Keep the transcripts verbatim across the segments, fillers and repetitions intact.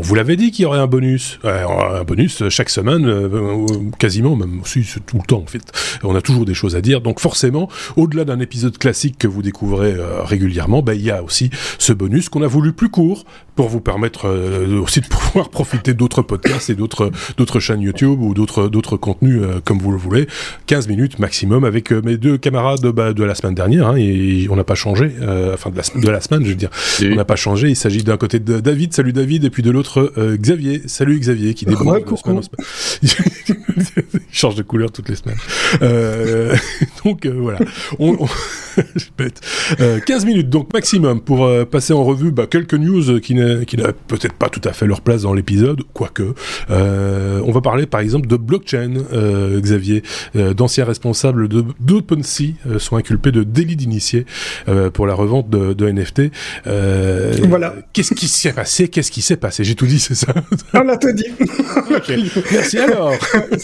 vous l'avez dit qu'il y aurait un bonus. Euh, un bonus chaque semaine, euh, quasiment, même aussi tout le temps en fait. On a toujours des choses à dire. Donc forcément, au-delà d'un épisode classique que vous découvrez euh, régulièrement, ben, il y a aussi ce bonus qu'on a voulu plus court pour vous permettre euh, aussi de pouvoir profiter d'autres podcasts et d'autres, d'autres chaînes YouTube ou d'autres, d'autres contenus euh, comme vous le voulez. quinze minutes maximum avec euh, mes deux camarades bah, de la semaine dernière. Hein, et on n'a pas changé. Euh, enfin, de la, de la semaine, je veux dire. Oui. On n'a pas changé. Il s'agit d'un côté de David. Salut David. Et puis de l'autre, euh, Xavier. Salut Xavier qui déborde ouais, de semaine en semaine. Il change de couleur toutes les semaines. Euh, donc euh, voilà. On, on... bête. Euh, quinze minutes donc maximum pour euh, passer en revue bah, quelques news qui n'a, qui n'a peut-être pas tout à fait leur place dans l'épisode, quoique. Euh, on va parler par exemple de blockchain, euh, Xavier. Euh, d'anciens responsables de, d'OpenSea euh, sont inculpés de délit d'initié euh, pour la revente de, de N F T. Euh, voilà. Qu'est-ce qui s'est passé Qu'est-ce qui s'est passé J'ai tout dit, c'est ça? On a tout dit. Okay. Merci alors.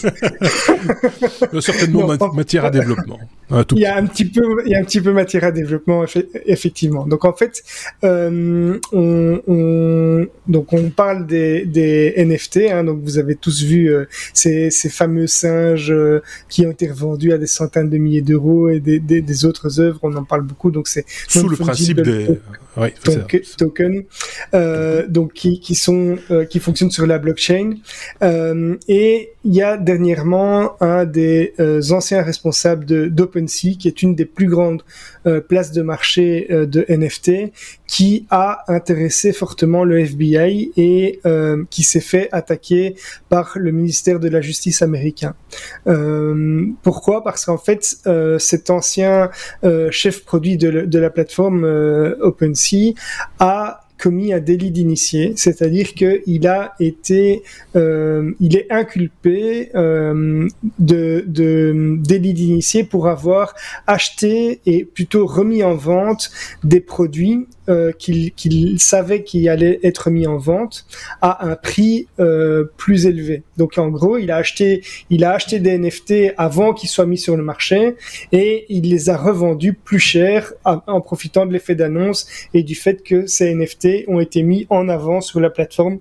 Certainement non, ma- matière à développement. Un tout il y a un petit peu, il y a un petit peu matière à développement effectivement. Donc en fait, euh, on, on, donc on parle des, des N F T. Hein, donc vous avez tous vu euh, ces, ces fameux singes euh, qui ont été revendus à des centaines de milliers d'euros et des, des, des autres œuvres. On en parle beaucoup. Donc c'est sous le principe des to- oui, token, token euh, donc qui, qui sont euh, qui fonctionnent sur la blockchain. Euh, et il y a dernièrement un des euh, anciens responsables de, d'OpenSea, qui est une des plus grandes euh, places de marché euh, de N F T, qui a intéressé fortement le F B I et euh, qui s'est fait attaquer par le ministère de la Justice américain. Euh, pourquoi ? Parce qu'en fait, euh, cet ancien euh, chef produit de, de la plateforme euh, OpenSea a commis un délit d'initié, c'est-à-dire qu'il a été, euh, il est inculpé euh, de, de délit d'initié pour avoir acheté et plutôt remis en vente des produits euh, qu'il, qu'il savait qu'il allait être mis en vente à un prix euh, plus élevé. Donc en gros, il a acheté, il a acheté des N F T avant qu'ils soient mis sur le marché et il les a revendus plus cher à, en profitant de l'effet d'annonce et du fait que ces N F T ont été mis en avant sur la plateforme,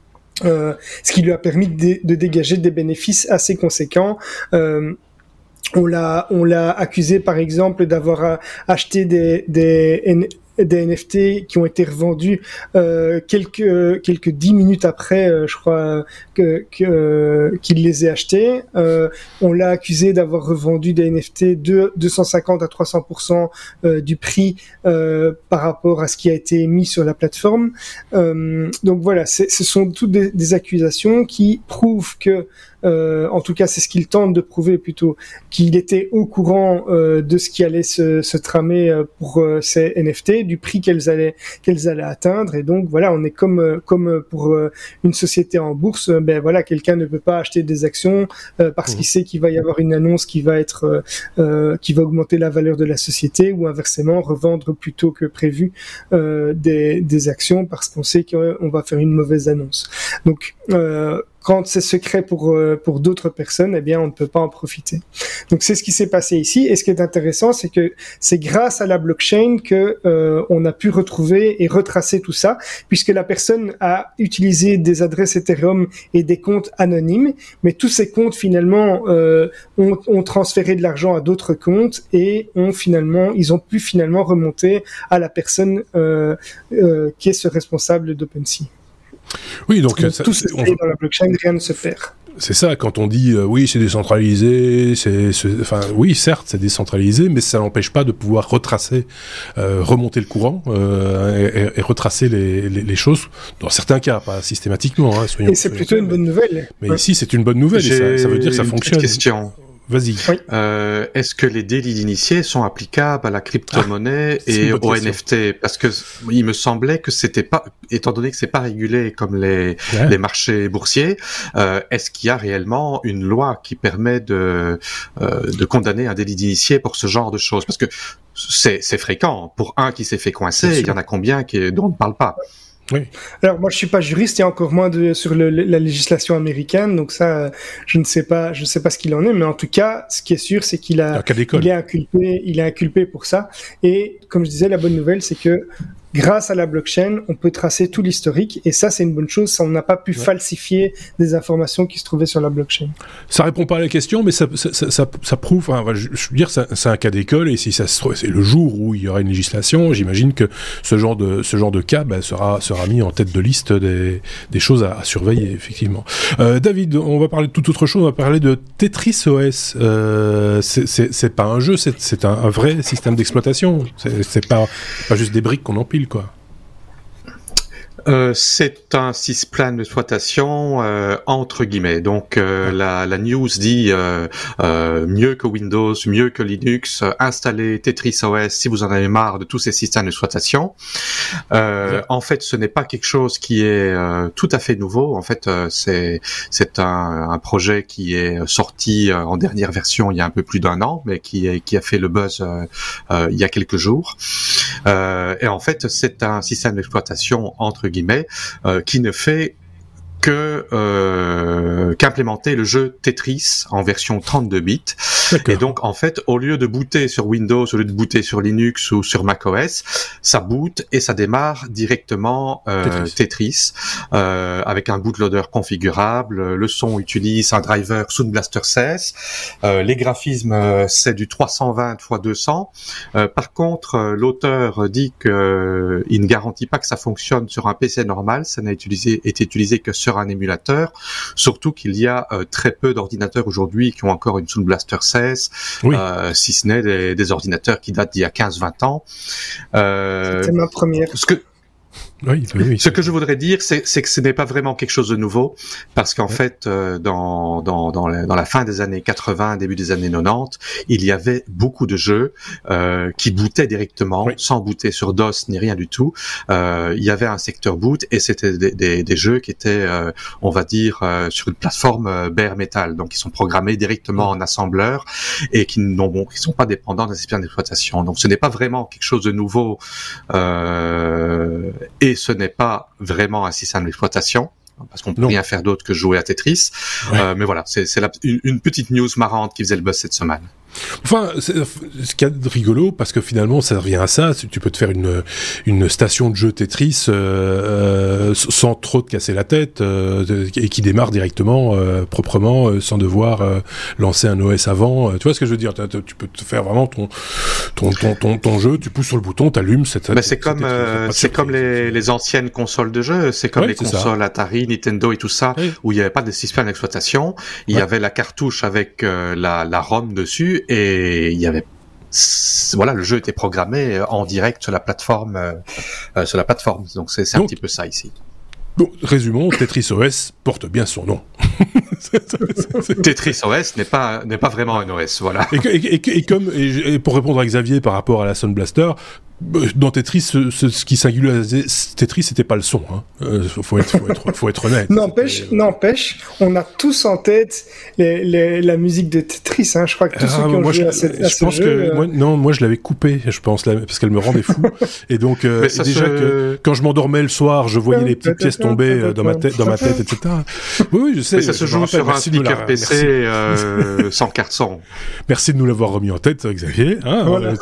euh, ce qui lui a permis de, de dégager des bénéfices assez conséquents. Euh, on l'a, on l'a accusé par exemple d'avoir acheté des, des des N F T qui ont été revendus euh, quelques quelques dix minutes après, euh, je crois que, que euh, qu'il les ait achetés. Euh, on l'a accusé d'avoir revendu des N F T de deux cent cinquante à trois cents pour cent euh, du prix euh, par rapport à ce qui a été mis sur la plateforme. Euh, donc voilà, c'est, ce sont toutes des, des accusations qui prouvent que Euh, en tout cas, c'est ce qu'il tente de prouver plutôt, qu'il était au courant euh, de ce qui allait se, se tramer euh, pour euh, ces N F T, du prix qu'elles allaient qu'elles allaient atteindre, et donc voilà, on est comme euh, comme pour euh, une société en bourse. Euh, ben voilà, quelqu'un ne peut pas acheter des actions euh, parce mmh. qu'il sait qu'il va y avoir une annonce qui va être euh, euh, qui va augmenter la valeur de la société, ou inversement revendre plus tôt que prévu euh, des des actions parce qu'on sait qu'on va faire une mauvaise annonce. Donc euh, quand c'est secret pour euh, pour d'autres personnes, eh bien on ne peut pas en profiter. Donc c'est ce qui s'est passé ici. Et ce qui est intéressant, c'est que c'est grâce à la blockchain que euh, on a pu retrouver et retracer tout ça, puisque la personne a utilisé des adresses Ethereum et des comptes anonymes, mais tous ces comptes finalement euh, ont, ont transféré de l'argent à d'autres comptes et ont finalement ils ont pu finalement remonter à la personne euh, euh, qui est ce responsable d'OpenSea. Oui, donc, donc ça, tout se fait on... dans la blockchain, rien ne se perd. C'est ça, quand on dit euh, oui, c'est décentralisé, c'est, c'est, enfin oui, certes, c'est décentralisé, mais ça n'empêche pas de pouvoir retracer, euh, remonter le courant euh, et, et retracer les, les, les choses. Dans certains cas, pas systématiquement. Hein, soyons, et c'est plutôt une bonne nouvelle. Mais ouais. Ici, c'est une bonne nouvelle. Et ça, ça veut dire que ça fonctionne. Une question. Vas-y. Oui. Euh, est-ce que les délits d'initiés sont applicables à la crypto-monnaie ah, et aux N F T ? Parce que il me semblait que c'était pas, étant donné que c'est pas régulé comme les ouais. les marchés boursiers, euh, est-ce qu'il y a réellement une loi qui permet de euh, de condamner un délit d'initié pour ce genre de choses ? Parce que c'est c'est fréquent. Pour un qui s'est fait coincer, il y en a combien qui dont on ne parle pas ? Oui. Alors moi je suis pas juriste et encore moins de, sur le, la législation américaine, donc ça je ne sais pas je ne sais pas ce qu'il en est, mais en tout cas ce qui est sûr c'est qu'il a il est inculpé il est inculpé pour ça. Et comme je disais, la bonne nouvelle c'est que grâce à la blockchain, on peut tracer tout l'historique, et ça, c'est une bonne chose. Ça, on n'a pas pu ouais. falsifier des informations qui se trouvaient sur la blockchain. Ça répond pas à la question, mais ça, ça, ça, ça, ça prouve, enfin, je, je veux dire, ça, c'est un cas d'école, et si ça se trouve, c'est le jour où il y aura une législation, j'imagine que ce genre de, ce genre de cas ben, sera, sera mis en tête de liste des, des choses à, à surveiller, effectivement. Euh, David, on va parler de toute autre chose, on va parler de Tetris O S. Euh, c'est, c'est, c'est pas un jeu, c'est, c'est un, un vrai système d'exploitation. C'est, c'est pas, pas juste des briques qu'on empile, quoi. Euh, c'est un sysplan d'exploitation euh, entre guillemets. Donc euh, la, la news dit euh, euh, mieux que Windows, mieux que Linux, euh, installez Tetris O S si vous en avez marre de tous ces systèmes d'exploitation. Euh, ouais. En fait, ce n'est pas quelque chose qui est euh, tout à fait nouveau. En fait, euh, c'est c'est un, un projet qui est sorti euh, en dernière version il y a un peu plus d'un an, mais qui est, qui a fait le buzz euh, euh, il y a quelques jours. Euh, et en fait, c'est un système d'exploitation entre guillemets, euh, qui ne fait que euh, qu'implémenter le jeu Tetris en version trente-deux bits. D'accord. Et donc en fait, au lieu de booter sur Windows, au lieu de booter sur Linux ou sur macOS, ça boot et ça démarre directement euh, Tetris, Tetris euh, avec un bootloader configurable. Le son utilise un driver Sound Blaster seize. Euh, les graphismes, euh, c'est du trois cent vingt par deux cents. Euh, par contre, euh, l'auteur dit que euh, il ne garantit pas que ça fonctionne sur un P C normal. Ça n'a utilisé, été utilisé que sur un émulateur, surtout qu'il y a euh, très peu d'ordinateurs aujourd'hui qui ont encore une Sound Blaster seize, oui. euh, si ce n'est des, des ordinateurs qui datent d'il y a quinze vingt ans. Euh, C'était ma première. Ce que, Oui, oui, oui. Ce que je voudrais dire, c'est, c'est que ce n'est pas vraiment quelque chose de nouveau, parce qu'en ouais. fait, euh, dans, dans, dans, la, dans la fin des années quatre-vingts, début des années quatre-vingt-dix, il y avait beaucoup de jeux euh, qui bootaient directement, oui. sans booter sur DOS ni rien du tout. Euh, il y avait un secteur boot, et c'était des, des, des jeux qui étaient, euh, on va dire, euh, sur une plateforme euh, bare metal, donc qui sont programmés directement en assembleur et qui n'ont bon, qui sont pas dépendants d'un système d'exploitation. Donc, ce n'est pas vraiment quelque chose de nouveau. Euh, et ce n'est pas vraiment un système d'exploitation, parce qu'on peut non. rien faire d'autre que jouer à Tetris. Ouais. Euh, mais voilà, c'est, c'est la, une, une petite news marrante qui faisait le buzz cette semaine. Enfin, c'est, ce qu'il y a de rigolo, parce que finalement, ça revient à ça. Tu peux te faire une, une station de jeu Tetris euh, sans trop te casser la tête euh, et qui démarre directement, euh, proprement, euh, sans devoir euh, lancer un O S avant. Tu vois ce que je veux dire ? Tu peux te faire vraiment ton, ton, ton, ton, ton jeu, tu pousses sur le bouton, t'allumes. C'est, bah, c'est comme, euh, c'est comme les, les anciennes consoles de jeu. C'est comme ouais, les c'est consoles ça. Atari, Nintendo et tout ça, oui. où il n'y avait pas de système d'exploitation. Il ouais. y avait la cartouche avec euh, la, la ROM dessus. Et il y avait, voilà, le jeu était programmé en direct sur la plateforme, euh, sur la plateforme. Donc c'est, c'est un Donc, petit peu ça ici. Bon, résumons, Tetris O S porte bien son nom. Tetris O S n'est pas n'est pas vraiment un O S, voilà. Et, et, et, et comme et, et pour répondre à Xavier par rapport à la Sound Blaster. Dans Tetris, ce, ce, ce qui singularisait Tetris, c'était pas le son. Hein. Euh, faut être, faut être, faut être honnête. n'empêche, c'était... n'empêche, on a tous en tête les, les, la musique de Tetris. Hein. Je crois que tous ah, ceux qui ont joué je, à, cette, à je ce pense jeu, que euh... moi, non, moi je l'avais coupée, je pense, là, parce qu'elle me rendait fou. Et donc, euh, et déjà se... que quand je m'endormais le soir, je voyais les petites pièces tomber dans ma tête, dans ma tête, et cetera. Oui, oui, je sais. Mais ça se joue sur un speaker P C euh, sans carte son. Merci de nous l'avoir remis en tête, Xavier. Hein, voilà.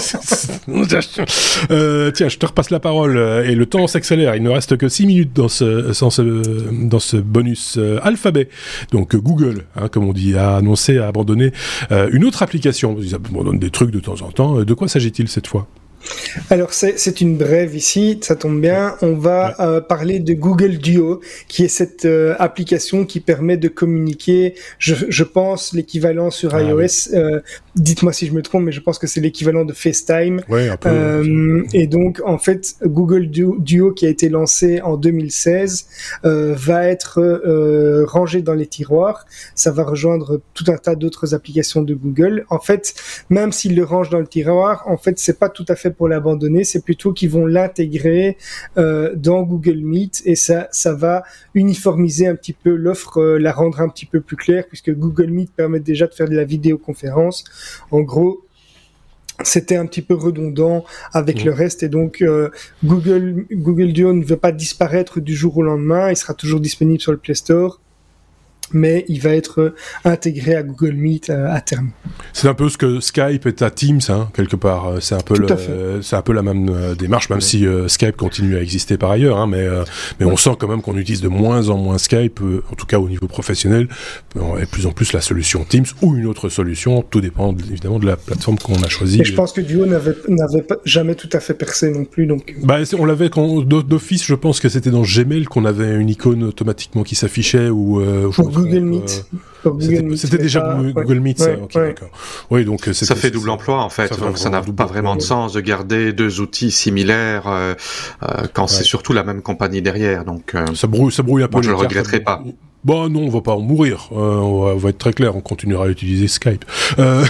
euh, Tiens, je te repasse la parole et le temps s'accélère. Il ne reste que six minutes dans ce, dans ce, dans ce bonus euh, alphabet. Donc Google, hein, comme on dit, a annoncé, a abandonné euh, une autre application. Ils abandonnent des trucs de temps en temps. De quoi s'agit-il cette fois ? Alors c'est, c'est une brève ici, ça tombe bien. On va ouais. euh, parler de Google Duo, qui est cette euh, application qui permet de communiquer, je, je pense, l'équivalent sur ah, iOS. Oui. Euh, dites-moi si je me trompe, mais je pense que c'est l'équivalent de FaceTime. Ouais, un peu, euh, ouais. Et donc, en fait, Google Duo, Duo qui a été lancé en deux mille seize, euh, va être euh, rangé dans les tiroirs. Ça va rejoindre tout un tas d'autres applications de Google. En fait, même s'ils le rangent dans le tiroir, en fait, c'est pas tout à fait pour l'abandonner, c'est plutôt qu'ils vont l'intégrer euh, dans Google Meet et ça, ça va uniformiser un petit peu l'offre, euh, la rendre un petit peu plus claire puisque Google Meet permet déjà de faire de la vidéoconférence. En gros, c'était un petit peu redondant avec mmh. le reste et donc euh, Google, Google Duo ne veut pas disparaître du jour au lendemain, il sera toujours disponible sur le Play Store. mais il va être intégré à Google Meet euh, à terme. C'est un peu ce que Skype est à Teams, hein, quelque part. C'est un peu, le, c'est un peu la même euh, démarche, même ouais. si euh, Skype continue à exister par ailleurs, hein, mais, euh, mais ouais. on sent quand même qu'on utilise de moins en moins Skype, euh, en tout cas au niveau professionnel, et de plus en plus la solution Teams ou une autre solution, tout dépend évidemment de la plateforme qu'on a choisie. Et je pense que Duo n'avait, n'avait pas, jamais tout à fait percé non plus. Donc... Bah, on l'avait quand, d'office, je pense que c'était dans Gmail qu'on avait une icône automatiquement qui s'affichait, ou euh, pour Google Meet. Euh, C'était, Meet, c'était déjà pas... Google ouais. Meet, ça. Ouais, okay, ouais. d'accord. Oui, donc c'était, ça fait double emploi en fait, ça donc ça n'a pas vraiment de sens de garder deux outils similaires euh, euh, quand ouais. c'est surtout la même compagnie derrière. Donc euh, ça brouille, ça brouille un peu. Moi, je le regretterai pas. Bon, non, on va pas en mourir. Euh, on, va, on va être très clair, on continuera à utiliser Skype. Euh...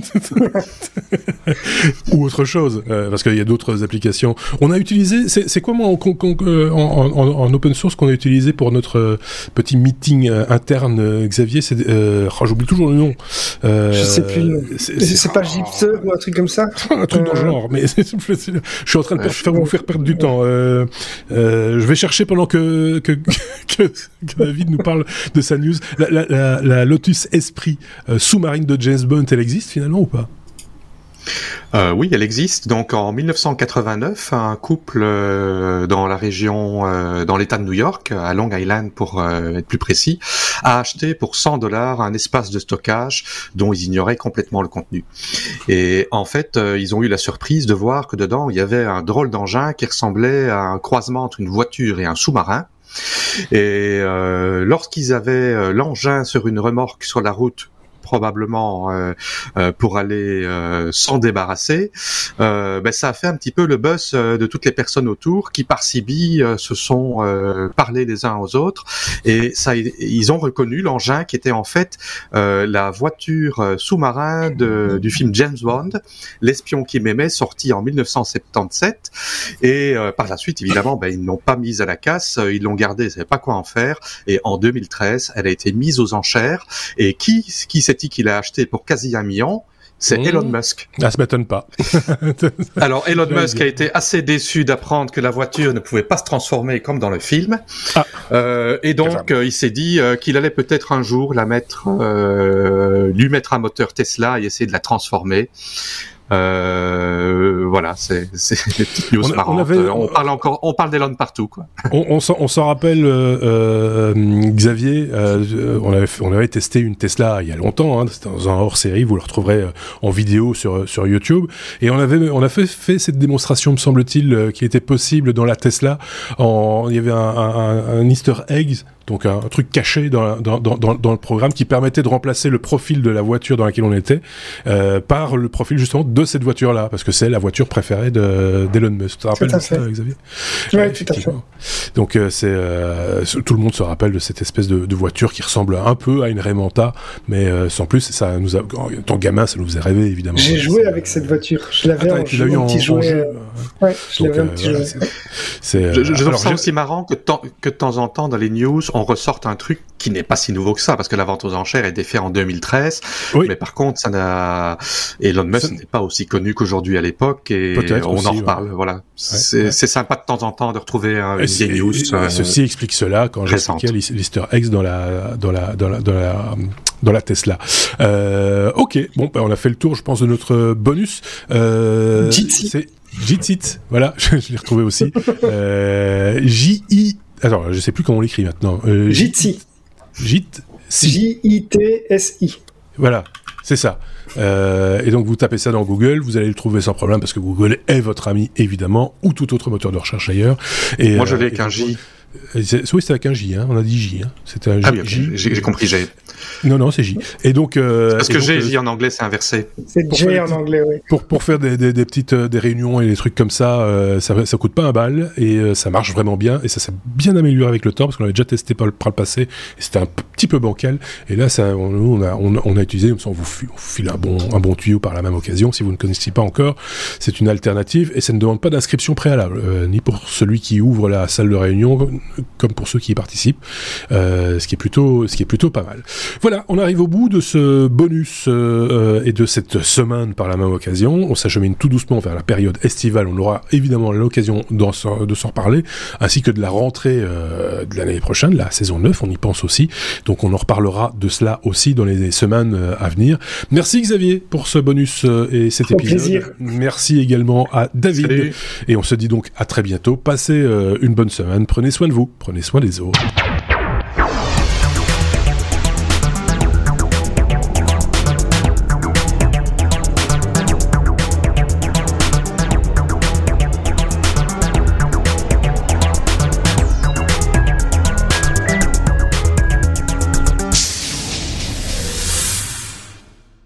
Ou autre chose, euh, parce qu'il y a d'autres applications. On a utilisé, c'est, c'est quoi moi, en, en, en, en open source qu'on a utilisé pour notre euh, petit meeting euh, interne, euh, Xavier, c'est, euh, oh, j'oublie toujours le nom. Euh, je sais plus le nom. C'est, c'est, c'est pas oh, Gipster ou un truc comme ça? Un truc euh... dans le genre, mais c'est, c'est, c'est, je suis en train de ouais, faire, vous faire perdre du temps. Euh, euh, je vais chercher pendant que, que, que, que David nous parle de sa news. La, la, la, la Lotus Esprit euh, sous-marine de James Bond, elle existe finalement ou pas? Euh, oui, elle existe. Donc en dix-neuf cent quatre-vingt-neuf, un couple euh, dans la région, euh, dans l'État de New York, à Long Island pour euh, être plus précis, a acheté pour cent dollars un espace de stockage dont ils ignoraient complètement le contenu. Et en fait, euh, ils ont eu la surprise de voir que dedans il y avait un drôle d'engin qui ressemblait à un croisement entre une voiture et un sous-marin. Et euh, lorsqu'ils avaient euh, l'engin sur une remorque sur la route, probablement euh, euh, pour aller euh, s'en débarrasser, euh, ben, ça a fait un petit peu le buzz euh, de toutes les personnes autour qui par Cibi euh, se sont euh, parlé les uns aux autres, et ça, ils ont reconnu l'engin qui était en fait euh, la voiture euh, sous-marin de, du film James Bond, L'espion qui m'aimait, sorti en dix-neuf cent soixante-dix-sept, et euh, par la suite évidemment ben, ils ne l'ont pas mise à la casse, ils l'ont gardée, ils ne savaient pas quoi en faire, et en deux mille treize elle a été mise aux enchères, et qui, qui s'est qu'il a acheté pour quasi un million, c'est mmh. Elon Musk. Ah, ça m'étonne pas. Alors, Elon Musk a été assez déçu d'apprendre que la voiture ne pouvait pas se transformer comme dans le film. Ah. Euh, et donc, euh, il s'est dit euh, qu'il allait peut-être un jour la mettre, euh, lui mettre un moteur Tesla et essayer de la transformer. Euh, voilà, c'est, c'est des petites news on, marrantes. On, avait, on parle encore, on parle d'Elon partout, quoi. On, on, s'en, on s'en rappelle, euh, euh, Xavier, euh, on avait, on avait testé une Tesla il y a longtemps, hein, c'était dans un hors-série, vous le retrouverez en vidéo sur, sur YouTube, et on avait, on a fait, fait cette démonstration, me semble-t-il, qui était possible dans la Tesla. En, il y avait un, un, un Easter egg, donc un, un truc caché dans, dans, dans, dans le programme qui permettait de remplacer le profil de la voiture dans laquelle on était euh, par le profil justement de cette voiture-là, parce que c'est la voiture préférée de, d'Elon Musk. Tu te rappelles de ça, Xavier? Oui, ouais, tout à fait. Donc euh, c'est euh, tout le monde se rappelle de cette espèce de, de voiture qui ressemble un peu à une Raymanta, mais euh, sans plus, ça nous a, en tant que gamin, ça nous faisait rêver évidemment. J'ai ouais, joué c'est... avec cette voiture. Je l'avais Attends, en, tu l'as eu en, petit jouet. Jeu. Ouais, je l'avais Donc, un petit euh, jouet. C'est, c'est, je je, je alors, trouve ça aussi marrant que, temps, que de temps en temps dans les news, on ressorte un truc qui n'est pas si nouveau que ça, parce que la vente aux enchères a été faite en deux mille treize, oui. Mais par contre, ça n'a... Elon Musk ça... n'est pas aussi connu qu'aujourd'hui à l'époque, et Peut-être on aussi, en reparle, ouais. Voilà. Ouais, c'est, ouais. c'est sympa de temps en temps de retrouver un, une vieille news. Et, euh, ceci explique cela quand j'expliquais l'Easter egg dans la, dans la, dans la, dans la, dans la Tesla. Euh, ok, bon, ben, on a fait le tour, je pense, de notre bonus. Euh, Jitsi. C'est Jitsit, voilà, je, je l'ai retrouvé aussi. euh, J I Attends, je sais plus comment on l'écrit maintenant. Euh, Jitsi. Jit. J I T S I. Voilà, c'est ça. Euh, et donc vous tapez ça dans Google, vous allez le trouver sans problème parce que Google est votre ami évidemment, ou tout autre moteur de recherche ailleurs. Et, moi je l'ai euh, avec un J. C'est, oui, c'est avec un J, hein. On a dit J. Hein. C'était un J. Ah oui, okay. J. J'ai, j'ai compris J. Non, non, c'est J. Et donc, euh, parce que donc, J et euh, J en anglais, c'est inversé. C'est J en petites, anglais, oui. Pour pour faire des des, des petites euh, des réunions et des trucs comme ça, euh, ça ça coûte pas un bal et euh, ça marche vraiment bien et ça s'est bien amélioré avec le temps parce qu'on avait déjà testé par le, par le passé et c'était un p- petit peu bancal et là ça on, nous on a on, on a utilisé comme ça on vous, on vous file un bon un bon tuyau par la même occasion si vous ne connaissiez pas encore, c'est une alternative et ça ne demande pas d'inscription préalable euh, ni pour celui qui ouvre la salle de réunion comme pour ceux qui y participent, euh, ce qui est plutôt, ce qui est plutôt pas mal. Voilà, on arrive au bout de ce bonus euh, et de cette semaine par la même occasion. On s'achemine tout doucement vers la période estivale. On aura évidemment l'occasion d'en, de s'en reparler, ainsi que de la rentrée euh, de l'année prochaine, la saison neuf, on y pense aussi. Donc on en reparlera de cela aussi dans les semaines euh, à venir. Merci Xavier pour ce bonus euh, et cet Au épisode. plaisir. Merci également à David. Salut. Et on se dit donc à très bientôt. Passez euh, une bonne semaine. Prenez soin de vous. Prenez soin des autres.